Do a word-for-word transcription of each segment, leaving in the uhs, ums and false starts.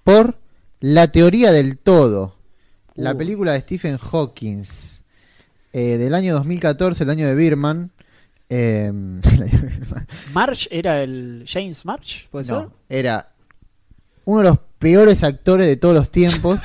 por La teoría del todo, Uh. la película de Stephen Hawking, eh, del año dos mil catorce, el año de Birman. Eh, March era el James March, ¿puede ser? no, era uno de los peores actores de todos los tiempos.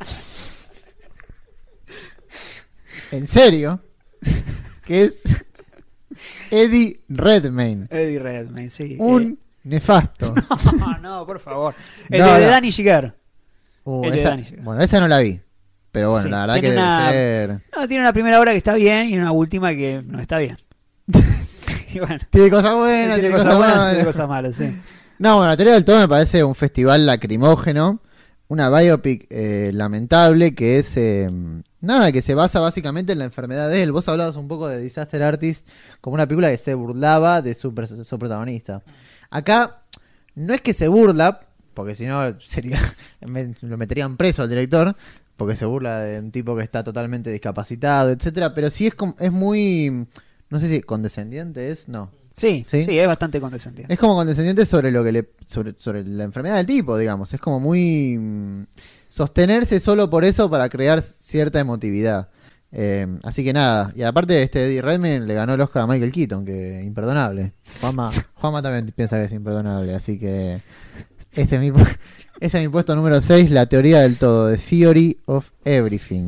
En serio, que es Eddie Redmayne. Eddie Redmayne, sí. Un Eh, nefasto. no, no, por favor. El No, de, de no. Danny Shiger. Uh, El de esa- Danny Shiger. bueno, esa no la vi. Pero bueno, Sí, la verdad que tiene debe una- ser. No, tiene una primera hora que está bien y una última que no está bien. Y bueno, Tiene cosas buenas, tiene tiene cosas cosas buenas y malas. tiene cosas malas, sí. No, bueno, la teoría del todo me parece un festival lacrimógeno. Una biopic eh, lamentable que es. Eh, nada, que se basa básicamente en la enfermedad de él. Vos hablabas un poco de Disaster Artist como una película que se burlaba de su, pers- su protagonista. Acá no es que se burla, porque si no sería me- lo meterían preso al director, porque se burla de un tipo que está totalmente discapacitado, etcétera. Pero sí es, com- es muy. No sé si condescendiente es, no. Sí, ¿Sí? sí, es bastante condescendiente. Es como condescendiente sobre lo que le sobre, sobre la enfermedad del tipo, digamos. Es como muy mm, sostenerse solo por eso para crear cierta emotividad. Eh, así que nada. Y aparte este Eddie Redmayne le ganó el Oscar a Michael Keaton, que imperdonable. Juanma, Juanma también piensa que es imperdonable, así que ese es mi pu- ese es mi puesto número seis, la teoría del todo, The Theory of Everything.